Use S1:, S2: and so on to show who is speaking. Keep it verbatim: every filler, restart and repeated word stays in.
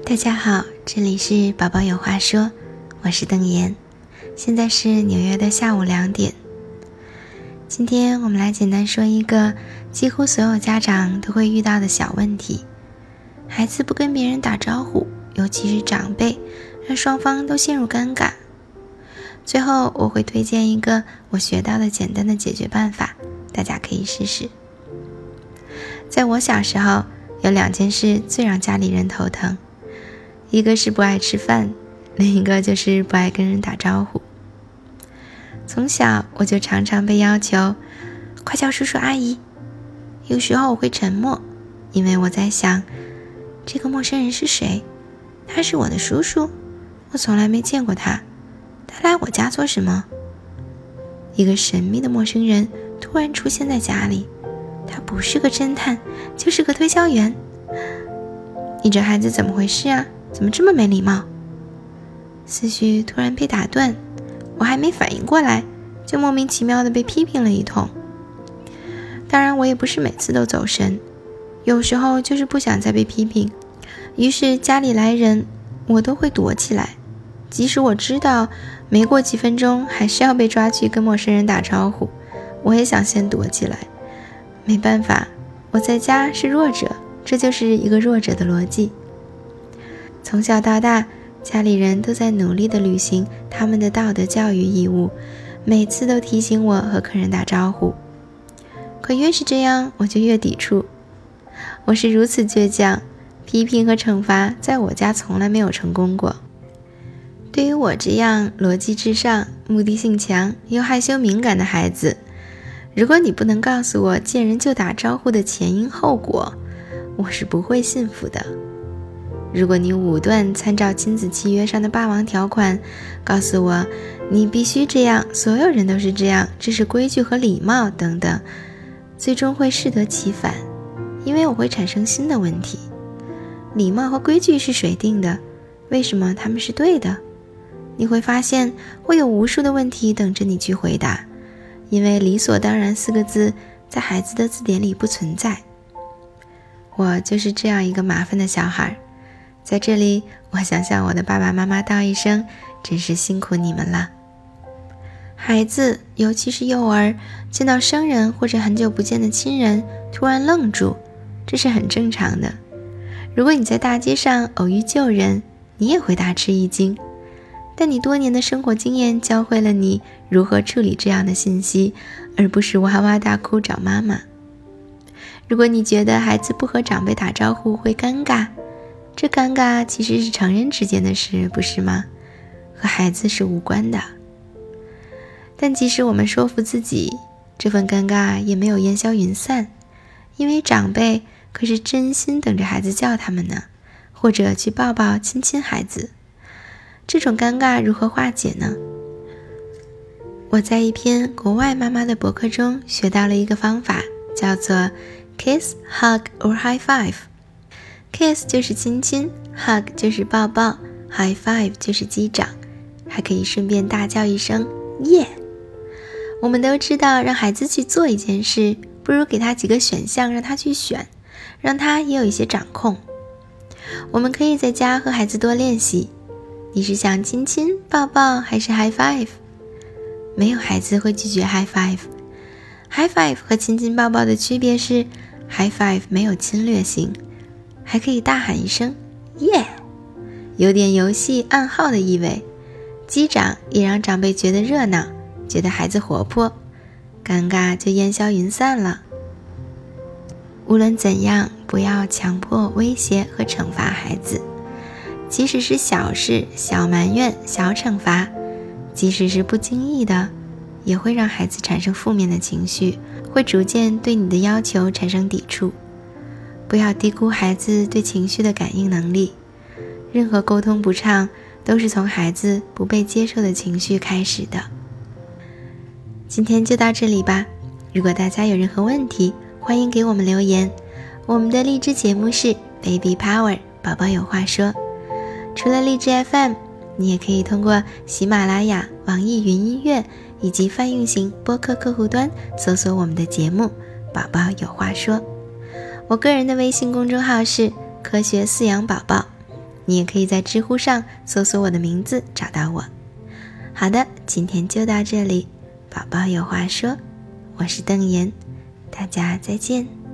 S1: 大家好，这里是宝宝有话说，我是邓妍，现在是纽约的下午两点。今天我们来简单说一个几乎所有家长都会遇到的小问题，孩子不跟别人打招呼，尤其是长辈，让双方都陷入尴尬。最后我会推荐一个我学到的简单的解决办法，大家可以试试。在我小时候，有两件事最让家里人头疼，一个是不爱吃饭，另一个就是不爱跟人打招呼。从小我就常常被要求快叫叔叔阿姨，有时候我会沉默，因为我在想，这个陌生人是谁？他是我的叔叔，我从来没见过他，他来我家做什么？一个神秘的陌生人突然出现在家里，他不是个侦探，就是个推销员。你这孩子怎么回事啊？怎么这么没礼貌？思绪突然被打断，我还没反应过来，就莫名其妙地被批评了一通。当然我也不是每次都走神，有时候就是不想再被批评，于是家里来人我都会躲起来，即使我知道没过几分钟还是要被抓去跟陌生人打招呼，我也想先躲起来。没办法，我在家是弱者，这就是一个弱者的逻辑。从小到大，家里人都在努力地履行他们的道德教育义务，每次都提醒我和客人打招呼。可越是这样，我就越抵触。我是如此倔强，批评和惩罚在我家从来没有成功过。对于我这样逻辑至上、目的性强又害羞敏感的孩子，如果你不能告诉我见人就打招呼的前因后果，我是不会信服的。如果你武断参照亲子契约上的霸王条款，告诉我你必须这样，所有人都是这样，这是规矩和礼貌等等，最终会适得其反，因为我会产生新的问题。礼貌和规矩是谁定的？为什么他们是对的？你会发现会有无数的问题等着你去回答，因为理所当然四个字在孩子的字典里不存在。我就是这样一个麻烦的小孩，在这里我想向我的爸爸妈妈道一声，真是辛苦你们了。孩子，尤其是幼儿，见到生人或者很久不见的亲人突然愣住，这是很正常的。如果你在大街上偶遇旧人，你也会大吃一惊，但你多年的生活经验教会了你如何处理这样的信息，而不是哇哇大哭找妈妈。如果你觉得孩子不和长辈打招呼会尴尬，这尴尬其实是成人之间的事，不是吗？和孩子是无关的。但即使我们说服自己，这份尴尬也没有烟消云散，因为长辈可是真心等着孩子叫他们呢，或者去抱抱亲亲孩子。这种尴尬如何化解呢？我在一篇国外妈妈的博客中学到了一个方法，叫做 Kiss, Hug or High Five。Kiss 就是亲亲， Hug 就是抱抱， High Five 就是击掌，还可以顺便大叫一声耶。我们都知道，让孩子去做一件事，不如给他几个选项让他去选，让他也有一些掌控。我们可以在家和孩子多练习，你是想亲亲抱抱还是 High Five？ 没有孩子会拒绝 High Five。 High Five 和亲亲抱抱的区别是 High Five 没有侵略性，还可以大喊一声耶，有点游戏暗号的意味。击掌也让长辈觉得热闹，觉得孩子活泼，尴尬就烟消云散了。无论怎样，不要强迫、威胁和惩罚孩子，即使是小事、小埋怨、小惩罚，即使是不经意的，也会让孩子产生负面的情绪，会逐渐对你的要求产生抵触。不要低估孩子对情绪的感应能力，任何沟通不畅都是从孩子不被接受的情绪开始的。今天就到这里吧，如果大家有任何问题，欢迎给我们留言。我们的荔枝节目是 Baby Power 宝宝有话说，除了荔枝 F M， 你也可以通过喜马拉雅、网易云音乐以及泛运行播客客户端搜索我们的节目宝宝有话说。我个人的微信公众号是科学饲养宝宝， 你也可以在知乎上搜索我的名字找到我。好的，今天就到这里，宝宝有话说，我是邓妍，大家再见。